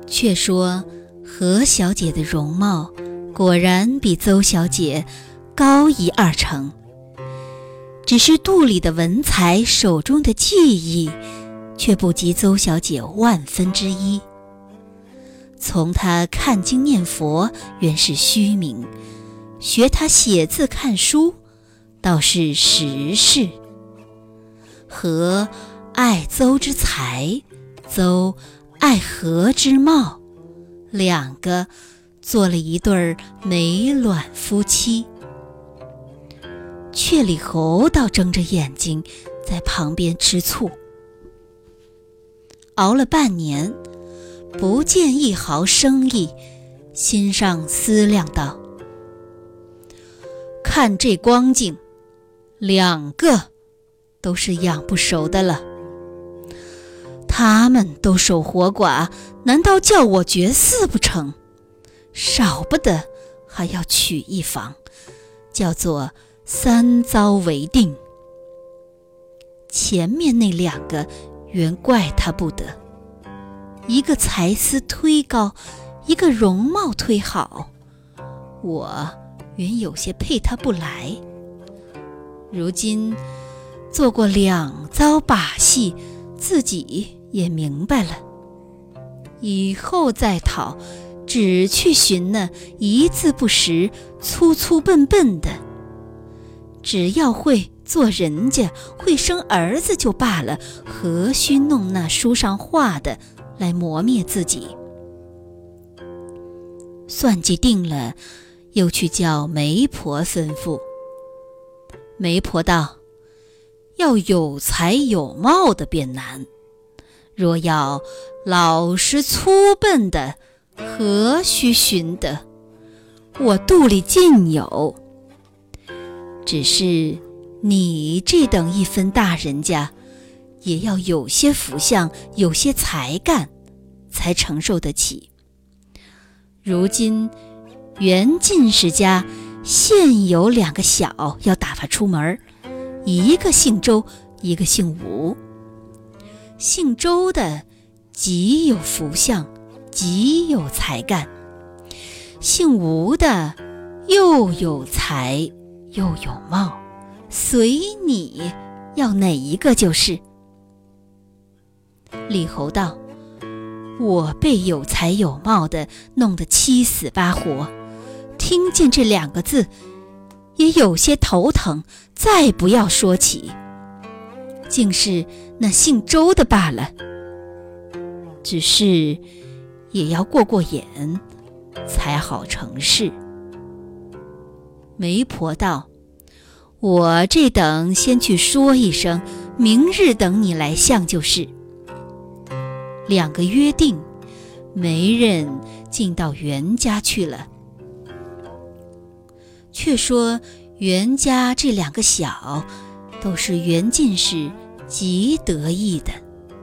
却说何小姐的容貌果然比邹小姐高一二成，只是肚里的文才，手中的技艺却不及邹小姐万分之一。从她看经念佛原是虚名，学她写字看书倒是实事。何爱邹之才，邹爱何之貌，两个做了一对美卵夫妻。却李侯倒睁着眼睛在旁边吃醋。熬了半年，不见一毫生意，心上思量道：看这光景，两个都是养不熟的了。他们都守活寡，难道叫我绝嗣不成？少不得还要娶一房，叫做三遭为定。前面那两个原怪他不得，一个才思忒高，一个容貌忒好，我原有些配他不来。如今做过两遭把戏，自己也明白了，以后再讨，只去寻那一字不识、粗粗笨笨的。只要会做人家，会生儿子就罢了，何须弄那书上画的来磨灭自己？算计定了，又去叫媒婆吩咐。媒婆道：要有才有貌的便难，若要老实粗笨的，何须寻得？我肚里尽有。只是你这等一分大人家，也要有些福相，有些才干，才承受得起。如今原进士家现有两个小要打发出门，一个姓周，一个姓吴。姓周的极有福相，极有才干；姓吴的又有才又有貌，随你要哪一个就是。李侯道：我被有才有貌的弄得七死八活，听见这两个字也有些头疼，再不要说起，竟是那姓周的罢了。只是也要过过眼，才好成事。媒婆道：我这等先去说一声，明日等你来相就是。两个约定，媒人进到袁家去了。却说袁家这两个小都是袁进士极得意的。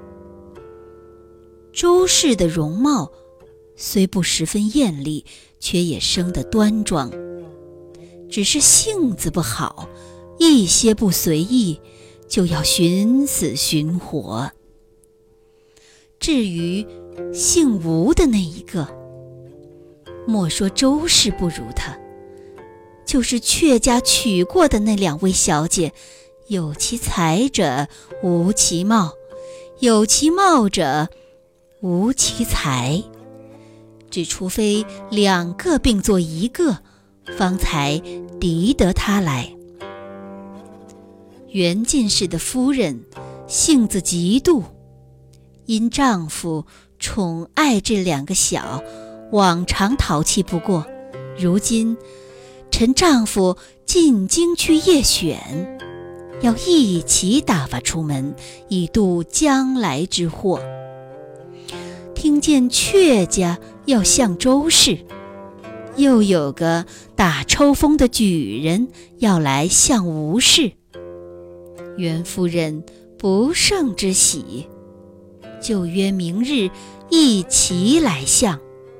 周氏的容貌虽不十分艳丽，却也生得端庄，只是性子不好，一些不随意，就要寻死寻活。至于姓吴的那一个，莫说周氏不如他，就是阙家娶过的那两位小姐，有其才者无其貌，有其貌者无其才，只除非两个并作一个，方才敌得他来。袁进士的夫人性子极度，因丈夫宠爱这两个小，往常淘气不过，如今趁丈夫进京去夜选，要一起打发出门，以度将来之祸。听见阙家要向周氏，又有个打抽风的举人要来向吴氏，袁夫人不胜之喜，就约明日一齐来相。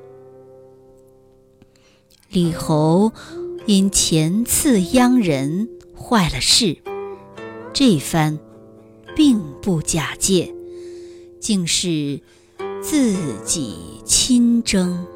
李侯因前次央人坏了事，这番并不假借，竟是自己亲征。